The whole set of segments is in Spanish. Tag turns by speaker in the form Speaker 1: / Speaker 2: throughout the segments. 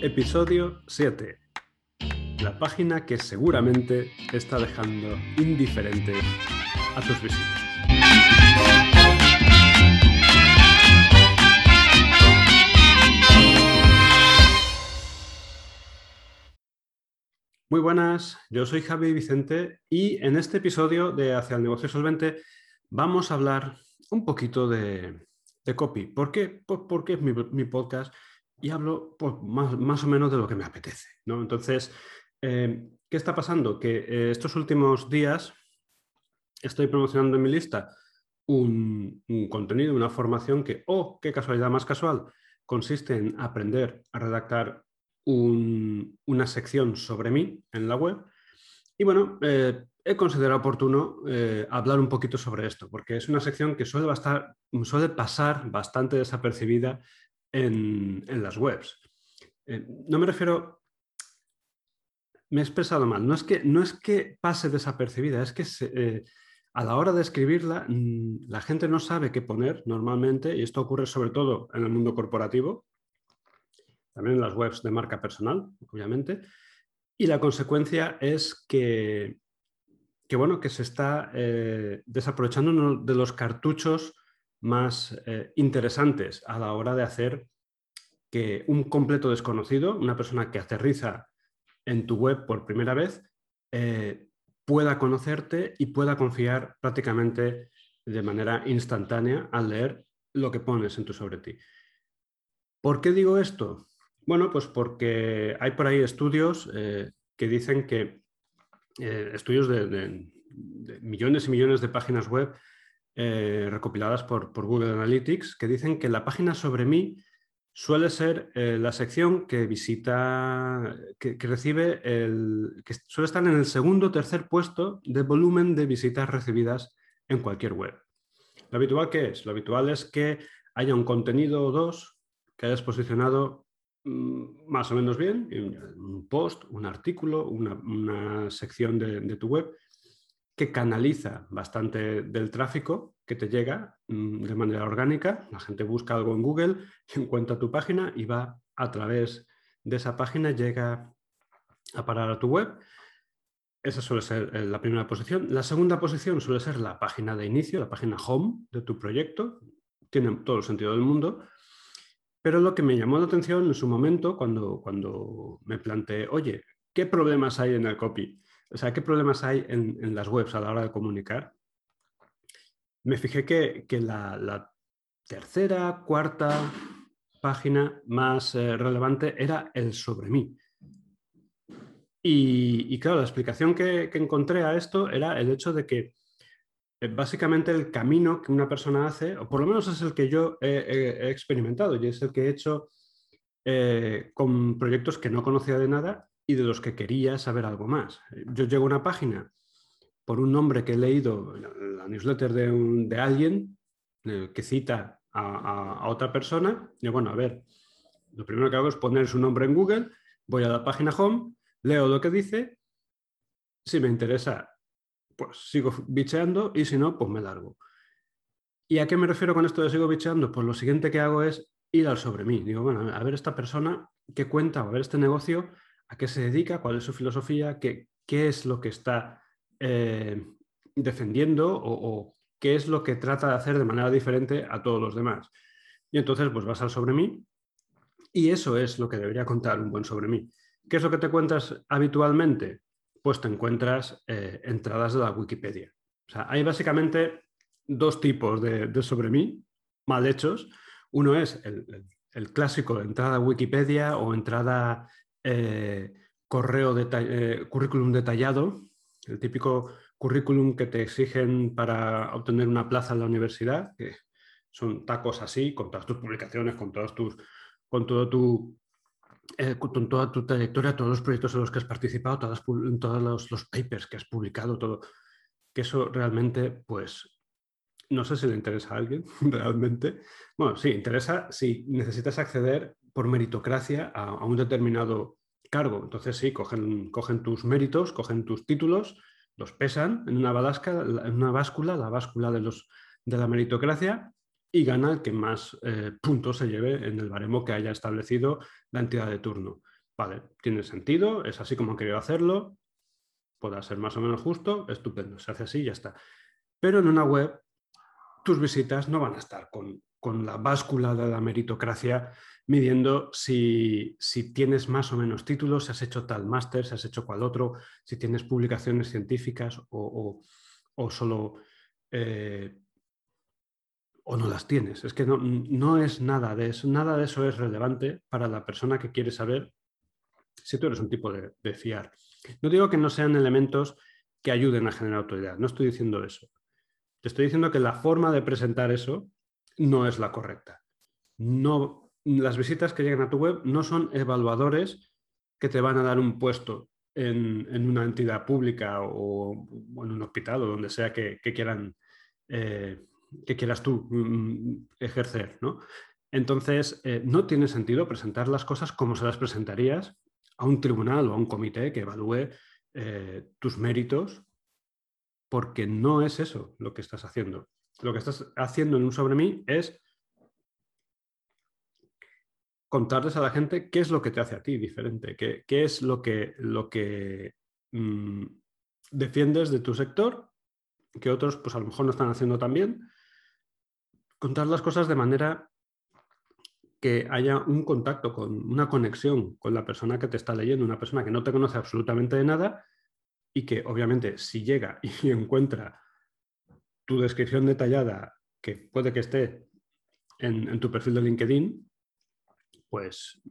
Speaker 1: Episodio 7. La página que seguramente está dejando indiferentes a tus visitas. Muy buenas, yo soy Javi Vicente y en este episodio de Hacia el Negocio Solvente vamos a hablar un poquito de copy. ¿Por qué? Pues porque es mi podcast y hablo pues, más o menos de lo que me apetece, ¿no? Entonces, ¿qué está pasando? Que estos últimos días estoy promocionando en mi lista un contenido, una formación que, qué casualidad más casual, consiste en aprender a redactar una sección sobre mí en la web. Y bueno, he considerado oportuno hablar un poquito sobre esto, porque es una sección que suele pasar bastante desapercibida en las webs. No me refiero... Me he expresado mal. No es que pase desapercibida, es que a la hora de escribirla la gente no sabe qué poner normalmente, y esto ocurre sobre todo en el mundo corporativo, también en las webs de marca personal, obviamente, y la consecuencia es que se está desaprovechando uno de los cartuchos más interesantes a la hora de hacer que un completo desconocido, una persona que aterriza en tu web por primera vez, pueda conocerte y pueda confiar prácticamente de manera instantánea al leer lo que pones en tu sobre ti. ¿Por qué digo esto? Bueno, pues porque hay por ahí estudios que dicen que estudios de millones y millones de páginas web recopiladas por Google Analytics que dicen que la página sobre mí suele ser la sección que visita, que recibe, que suele estar en el segundo o tercer puesto de volumen de visitas recibidas en cualquier web. ¿Lo habitual qué es? Lo habitual es que haya un contenido o dos que hayas posicionado más o menos bien, un post, un artículo, una sección de tu web que canaliza bastante del tráfico que te llega de manera orgánica. La gente busca algo en Google, encuentra tu página y va a través de esa página, llega a parar a tu web. Esa suele ser la primera posición. La segunda posición suele ser la página de inicio, la página home de tu proyecto. Tiene todo el sentido del mundo. Pero lo que me llamó la atención en su momento, cuando me planteé, oye, ¿qué problemas hay en el copy? O sea, ¿qué problemas hay en las webs a la hora de comunicar? Me fijé que la tercera, cuarta página más relevante era el sobre mí. Y claro, la explicación que encontré a esto era el hecho de que básicamente el camino que una persona hace, o por lo menos es el que yo he experimentado y es el que he hecho con proyectos que no conocía de nada y de los que quería saber algo más. Yo llego a una página por un nombre que he leído en la newsletter de alguien que cita a otra persona. Y bueno, a ver, lo primero que hago es poner su nombre en Google, voy a la página home, leo lo que dice, si me interesa, pues sigo bicheando y si no, pues me largo. ¿Y a qué me refiero con esto de sigo bicheando? Pues lo siguiente que hago es ir al sobre mí. Digo, bueno, a ver esta persona qué cuenta, a ver este negocio, a qué se dedica, cuál es su filosofía, qué es lo que está defendiendo o qué es lo que trata de hacer de manera diferente a todos los demás. Y entonces pues vas al sobre mí y eso es lo que debería contar un buen sobre mí. ¿Qué es lo que te encuentras habitualmente? Pues te encuentras entradas de la Wikipedia. O sea, hay básicamente dos tipos de sobre mí mal hechos. Uno es el clásico de entrada a Wikipedia o entrada currículum detallado, el típico currículum que te exigen para obtener una plaza en la universidad, que son tacos así, con todas tus publicaciones, con toda tu trayectoria, todos los proyectos en los que has participado, todos los papers que has publicado, todo. Que eso realmente, pues, no sé si le interesa a alguien realmente. Bueno, sí, interesa si necesitas acceder por meritocracia a un determinado cargo. Entonces sí, cogen tus méritos, cogen tus títulos, los pesan en una báscula, la báscula de la meritocracia, y gana el que más puntos se lleve en el baremo que haya establecido la entidad de turno. Vale, tiene sentido, es así como han querido hacerlo, podrá ser más o menos justo, estupendo, se hace así y ya está. Pero en una web, tus visitas no van a estar con la báscula de la meritocracia midiendo si tienes más o menos títulos, si has hecho tal máster, si has hecho cual otro, si tienes publicaciones científicas o solo... o no las tienes. Es que no es nada de eso. Nada de eso es relevante para la persona que quiere saber si tú eres un tipo de fiar. No digo que no sean elementos que ayuden a generar autoridad. No estoy diciendo eso. Te estoy diciendo que la forma de presentar eso no es la correcta. No, las visitas que llegan a tu web no son evaluadores que te van a dar un puesto en una entidad pública o en un hospital o donde sea que quieran que quieras tú ejercer, ¿no? Entonces, no tiene sentido presentar las cosas como se las presentarías a un tribunal o a un comité que evalúe tus méritos, porque no es eso lo que estás haciendo. Lo que estás haciendo en un sobre mí es contarles a la gente qué es lo que te hace a ti diferente, qué es lo que defiendes de tu sector, que otros pues a lo mejor no están haciendo tan bien. Contar las cosas de manera que haya un contacto, una conexión con la persona que te está leyendo, una persona que no te conoce absolutamente de nada y que obviamente si llega y encuentra tu descripción detallada, que puede que esté en tu perfil de LinkedIn, pues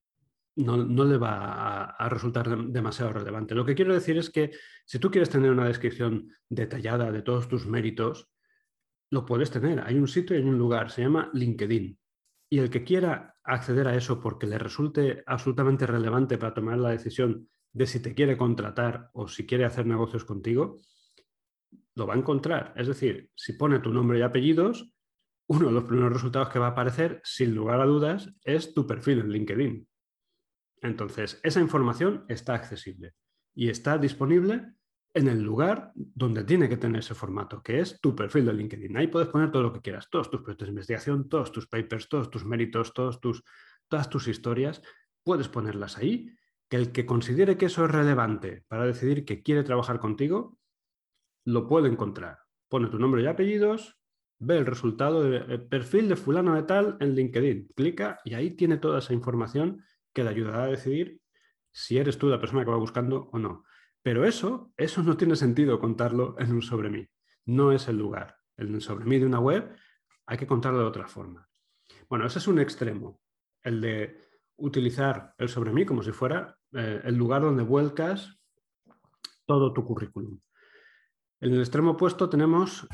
Speaker 1: no le va a resultar demasiado relevante. Lo que quiero decir es que si tú quieres tener una descripción detallada de todos tus méritos, lo puedes tener. Hay un sitio y hay un lugar, se llama LinkedIn. Y el que quiera acceder a eso porque le resulte absolutamente relevante para tomar la decisión de si te quiere contratar o si quiere hacer negocios contigo, lo va a encontrar. Es decir, si pone tu nombre y apellidos, uno de los primeros resultados que va a aparecer, sin lugar a dudas, es tu perfil en LinkedIn. Entonces, esa información está accesible y está disponible en el lugar donde tiene que tener ese formato, que es tu perfil de LinkedIn. Ahí puedes poner todo lo que quieras, todos tus proyectos de investigación, todos tus papers, todos tus méritos, todas tus historias. Puedes ponerlas ahí, que el que considere que eso es relevante para decidir que quiere trabajar contigo, lo puede encontrar. Pone tu nombre y apellidos, ve el resultado del perfil de fulano de tal en LinkedIn, clica y ahí tiene toda esa información que le ayudará a decidir si eres tú la persona que va buscando o no. Pero eso no tiene sentido contarlo en un sobre mí. No es el lugar. En el sobre mí de una web hay que contarlo de otra forma. Bueno, ese es un extremo, el de utilizar el sobre mí como si fuera el lugar donde vuelcas todo tu currículum. En el extremo opuesto tenemos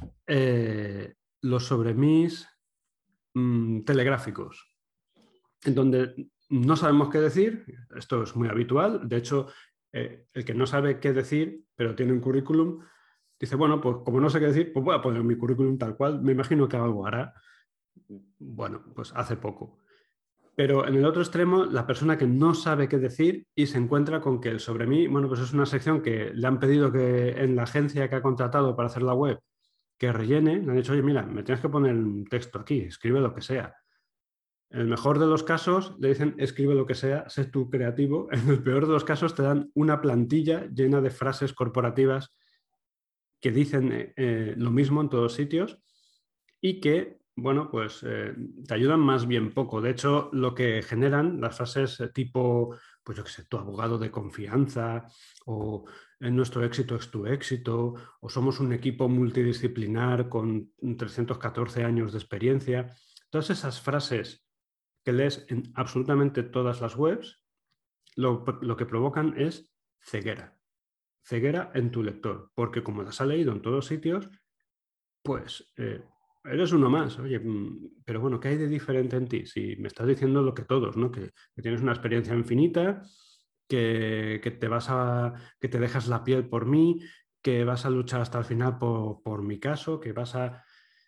Speaker 1: los sobre mis telegráficos, en donde no sabemos qué decir. Esto es muy habitual. De hecho, el que no sabe qué decir, pero tiene un currículum, dice, bueno, pues como no sé qué decir, pues voy a poner mi currículum tal cual. Me imagino que algo hará. Bueno, pues hace poco. Pero en el otro extremo, la persona que no sabe qué decir y se encuentra con que el sobre mí, bueno, pues es una sección que le han pedido que en la agencia que ha contratado para hacer la web, que rellene, le han dicho, oye, mira, me tienes que poner un texto aquí, escribe lo que sea. En el mejor de los casos le dicen, escribe lo que sea, sé tú creativo. En el peor de los casos te dan una plantilla llena de frases corporativas que dicen lo mismo en todos sitios y que, bueno, pues te ayudan más bien poco. De hecho, lo que generan las frases tipo, pues yo qué sé, tu abogado de confianza o nuestro éxito es tu éxito o somos un equipo multidisciplinar con 314 años de experiencia. Todas esas frases que lees en absolutamente todas las webs, lo que provocan es ceguera. Ceguera en tu lector, porque como las ha leído en todos sitios, pues eres uno más. Oye, pero bueno, ¿qué hay de diferente en ti? Si me estás diciendo lo que todos, ¿no? Que tienes una experiencia infinita, que que te dejas la piel por mí, que vas a luchar hasta el final por mi caso, que vas a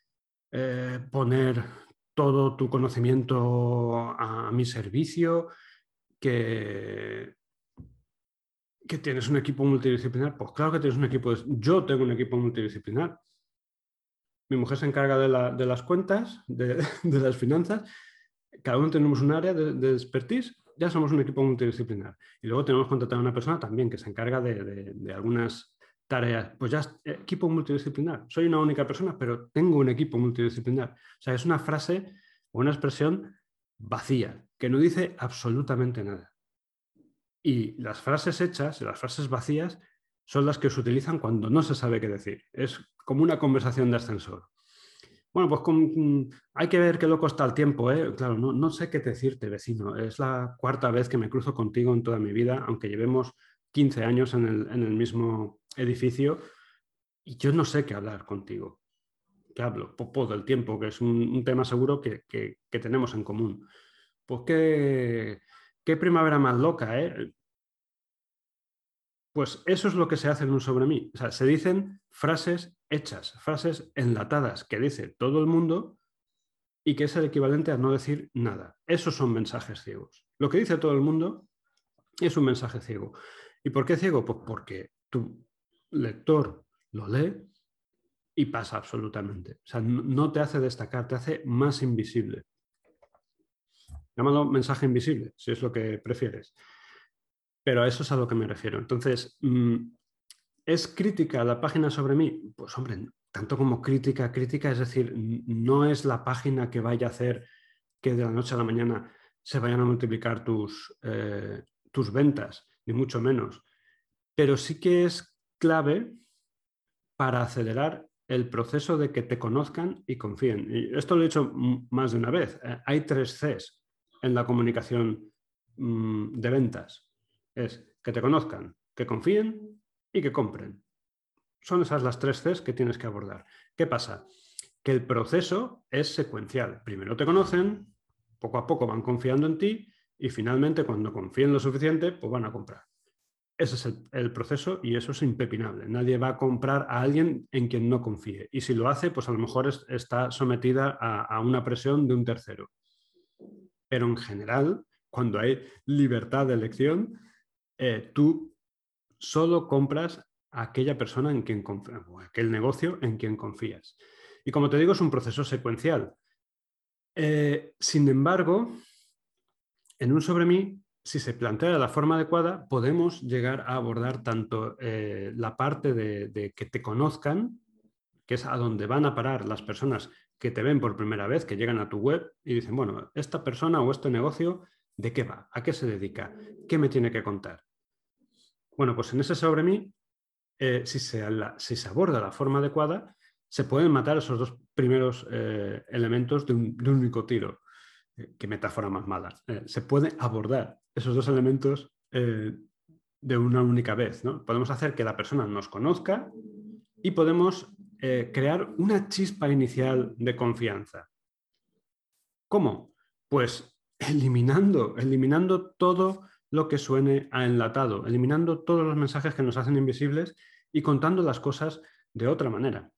Speaker 1: poner todo tu conocimiento a mi servicio, que, que tienes un equipo multidisciplinar. Pues claro que tienes un equipo, yo tengo un equipo multidisciplinar. mi mujer se encarga de las cuentas, de las finanzas, cada uno tenemos un área de expertise, ya somos un equipo multidisciplinar. Y luego tenemos contratado a una persona también que se encarga de algunas tareas. Pues ya es equipo multidisciplinar. Soy una única persona, pero tengo un equipo multidisciplinar. O sea, es una frase o una expresión vacía, que no dice absolutamente nada. Y las frases hechas, las frases vacías, son las que se utilizan cuando no se sabe qué decir. Es como una conversación de ascensor. Bueno, pues hay que ver qué loco está el tiempo, ¿eh? Claro, no sé qué decirte, vecino. Es la cuarta vez que me cruzo contigo en toda mi vida, aunque llevemos 15 años en el mismo edificio, y yo no sé qué hablar contigo. ¿Qué hablo? Pues del tiempo, que es un tema seguro que tenemos en común. Pues qué primavera más loca, ¿eh? Pues eso es lo que se hace en un sobre mí. O sea, se dicen frases hechas, frases enlatadas que dice todo el mundo y que es el equivalente a no decir nada. Esos son mensajes ciegos. Lo que dice todo el mundo es un mensaje ciego. ¿Y por qué ciego? Pues porque tu lector lo lee y pasa absolutamente. O sea, no te hace destacar, te hace más invisible. Llámalo mensaje invisible, si es lo que prefieres. Pero a eso es a lo que me refiero. Entonces, ¿es crítica la página sobre mí? Pues hombre, tanto como crítica, es decir, no es la página que vaya a hacer que de la noche a la mañana se vayan a multiplicar tus ventas, ni mucho menos. Pero sí que es clave para acelerar el proceso de que te conozcan y confíen. Y esto lo he dicho más de una vez. Hay 3 Cs en la comunicación de ventas. Es que te conozcan, que confíen y que compren. Son esas las 3 Cs que tienes que abordar. ¿Qué pasa? Que el proceso es secuencial. Primero te conocen, poco a poco van confiando en ti y finalmente cuando confíen lo suficiente, pues van a comprar. Ese es el proceso y eso es impepinable. Nadie va a comprar a alguien en quien no confíe. Y si lo hace, pues a lo mejor está sometida a una presión de un tercero. Pero en general, cuando hay libertad de elección, tú solo compras a aquella persona en quien confías, o aquel negocio en quien confías. Y como te digo, es un proceso secuencial. Sin embargo, en un sobre mí, si se plantea de la forma adecuada, podemos llegar a abordar tanto la parte de que te conozcan, que es a donde van a parar las personas que te ven por primera vez, que llegan a tu web y dicen, bueno, esta persona o este negocio, ¿de qué va? ¿A qué se dedica? ¿Qué me tiene que contar? Bueno, pues en ese sobre mí, si se aborda de la forma adecuada, se pueden matar esos 2 primeros elementos de un único tiro. Qué metáfora más mala. Se puede abordar esos 2 elementos de una única vez, ¿no? Podemos hacer que la persona nos conozca y podemos crear una chispa inicial de confianza. ¿Cómo? Pues eliminando todo lo que suene a enlatado, eliminando todos los mensajes que nos hacen invisibles y contando las cosas de otra manera.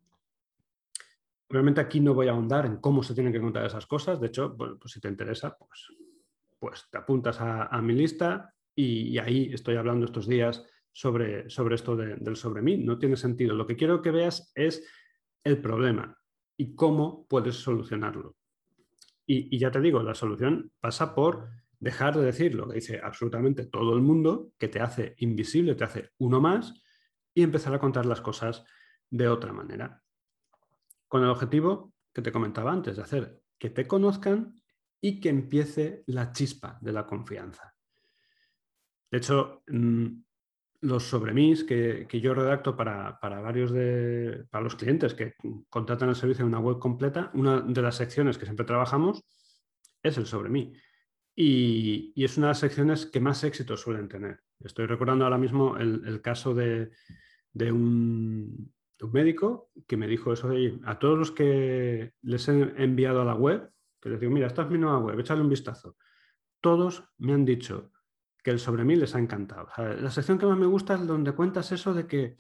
Speaker 1: Obviamente aquí no voy a ahondar en cómo se tienen que contar esas cosas. De hecho, bueno, pues si te interesa, pues te apuntas a mi lista y ahí estoy hablando estos días sobre esto del sobre mí. No tiene sentido. Lo que quiero que veas es el problema y cómo puedes solucionarlo. Y ya te digo, la solución pasa por dejar de decir lo que dice absolutamente todo el mundo, que te hace invisible, te hace uno más, y empezar a contar las cosas de otra manera. Con el objetivo que te comentaba antes, de hacer que te conozcan y que empiece la chispa de la confianza. De hecho, los sobremís que yo redacto para varios para los clientes que contratan el servicio de una web completa, una de las secciones que siempre trabajamos es el sobre mí. Y es una de las secciones que más éxito suelen tener. Estoy recordando ahora mismo el caso de un médico que me dijo eso de a todos los que les he enviado a la web, que les digo, mira, esta es mi nueva web, échale un vistazo. Todos me han dicho que el sobre mí les ha encantado. O sea, la sección que más me gusta es donde cuentas eso de que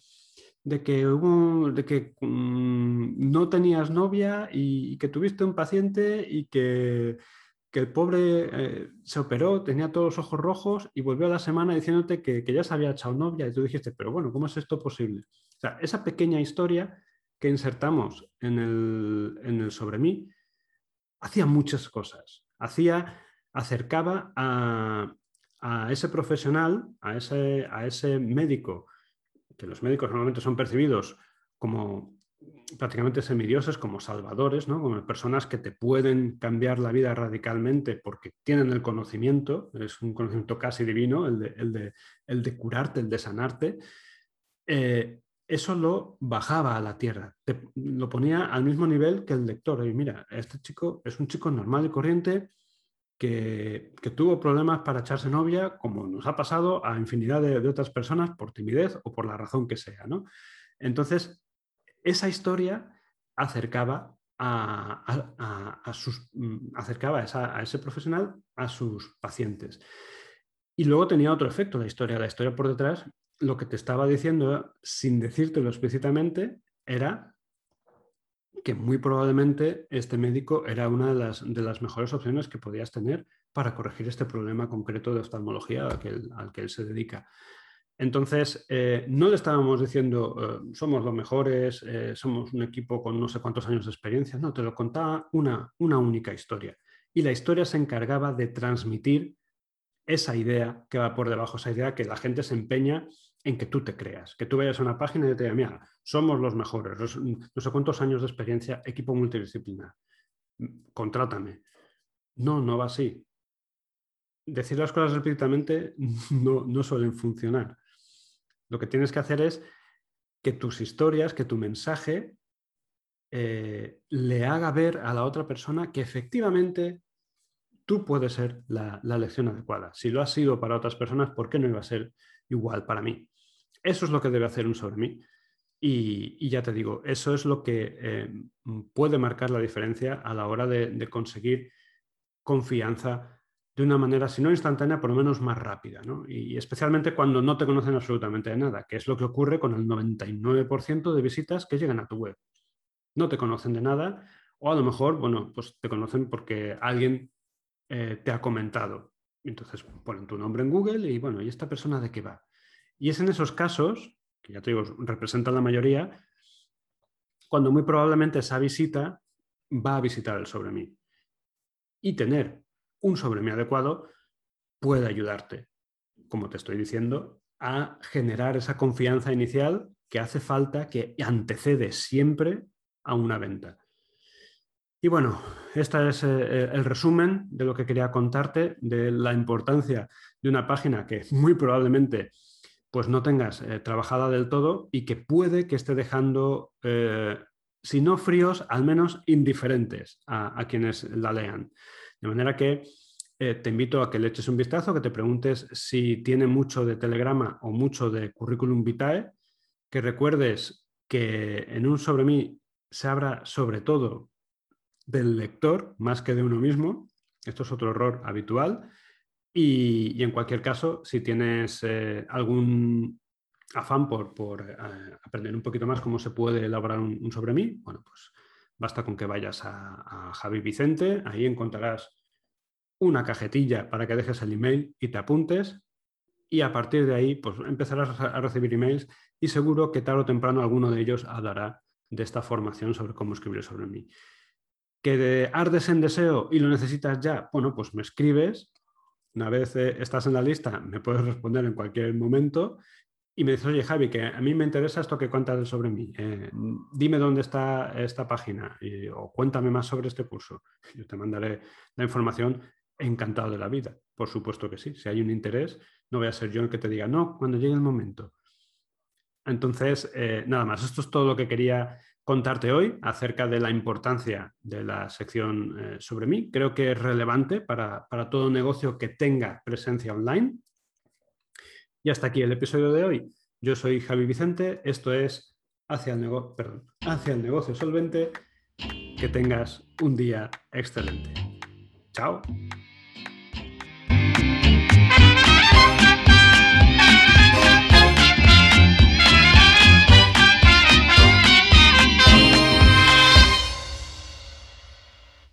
Speaker 1: no tenías novia y que tuviste un paciente y que el pobre se operó, tenía todos los ojos rojos y volvió a la semana diciéndote que ya se había echado novia y tú dijiste, pero bueno, ¿cómo es esto posible? O sea, esa pequeña historia que insertamos en el sobre mí hacía muchas cosas. Acercaba a ese profesional, a ese médico, que los médicos normalmente son percibidos como prácticamente semidioses, como salvadores, ¿no? Como personas que te pueden cambiar la vida radicalmente porque tienen el conocimiento, es un conocimiento casi divino, el de curarte, el de sanarte. Eso lo bajaba a la tierra, lo ponía al mismo nivel que el lector. Y mira, este chico es un chico normal y corriente que tuvo problemas para echarse novia, como nos ha pasado a infinidad de otras personas por timidez o por la razón que sea, ¿no? Entonces, esa historia acercaba acercaba a ese profesional a sus pacientes. Y luego tenía otro efecto la historia. La historia por detrás, lo que te estaba diciendo, sin decírtelo explícitamente, era que muy probablemente este médico era una de las mejores opciones que podías tener para corregir este problema concreto de oftalmología al que él se dedica. Entonces, no le estábamos diciendo somos los mejores, somos un equipo con no sé cuántos años de experiencia, no, te lo contaba una única historia. Y la historia se encargaba de transmitir esa idea que va por debajo, esa idea que la gente se empeña en que tú te creas, que tú vayas a una página y te digas, mira, somos los mejores, no sé cuántos años de experiencia, equipo multidisciplinar, contrátame. No, no va así. Decir las cosas explícitamente no suelen funcionar. Lo que tienes que hacer es que tus historias, que tu mensaje le haga ver a la otra persona que efectivamente tú puedes ser la elección adecuada. Si lo has sido para otras personas, ¿por qué no iba a ser igual para mí? Eso es lo que debe hacer un sobre mí. Y ya te digo, eso es lo que puede marcar la diferencia a la hora de conseguir confianza de una manera, si no instantánea, por lo menos más rápida, ¿no? Y especialmente cuando no te conocen absolutamente de nada, que es lo que ocurre con el 99% de visitas que llegan a tu web. No te conocen de nada, o a lo mejor, bueno, pues te conocen porque alguien te ha comentado. Entonces ponen tu nombre en Google y bueno, ¿y esta persona de qué va? Y es en esos casos, que ya te digo, representan la mayoría, cuando muy probablemente esa visita va a visitar el sobre mí. Y tener un sobre mí adecuado puede ayudarte, como te estoy diciendo, a generar esa confianza inicial que hace falta, que antecede siempre a una venta. Y bueno, este es el resumen de lo que quería contarte, de la importancia de una página que muy probablemente pues no tengas trabajada del todo y que puede que esté dejando, si no fríos, al menos indiferentes a quienes la lean. De manera que te invito a que le eches un vistazo, que te preguntes si tiene mucho de telegrama o mucho de currículum vitae, que recuerdes que en un sobre mí se habla sobre todo del lector más que de uno mismo. Esto es otro error habitual. Y en cualquier caso, si tienes algún afán por aprender un poquito más cómo se puede elaborar un sobre mí, bueno, pues basta con que vayas a Javi Vicente, ahí encontrarás una cajetilla para que dejes el email y te apuntes y a partir de ahí pues empezarás a recibir emails y seguro que tarde o temprano alguno de ellos hablará de esta formación sobre cómo escribir sobre mí. ¿Que ardes en deseo y lo necesitas ya? Bueno, pues me escribes. Una vez estás en la lista, me puedes responder en cualquier momento y me dices, oye, Javi, que a mí me interesa esto que cuentas sobre mí. Dime dónde está esta página o cuéntame más sobre este curso. Yo te mandaré la información encantado de la vida. Por supuesto que sí. Si hay un interés, no voy a ser yo el que te diga, no, cuando llegue el momento. Entonces, nada más. Esto es todo lo que quería contarte hoy acerca de la importancia de la sección sobre mí. Creo que es relevante para todo negocio que tenga presencia online. Y hasta aquí el episodio de hoy. Yo soy Javi Vicente. Esto es Hacia el negocio solvente. Que tengas un día excelente. Chao.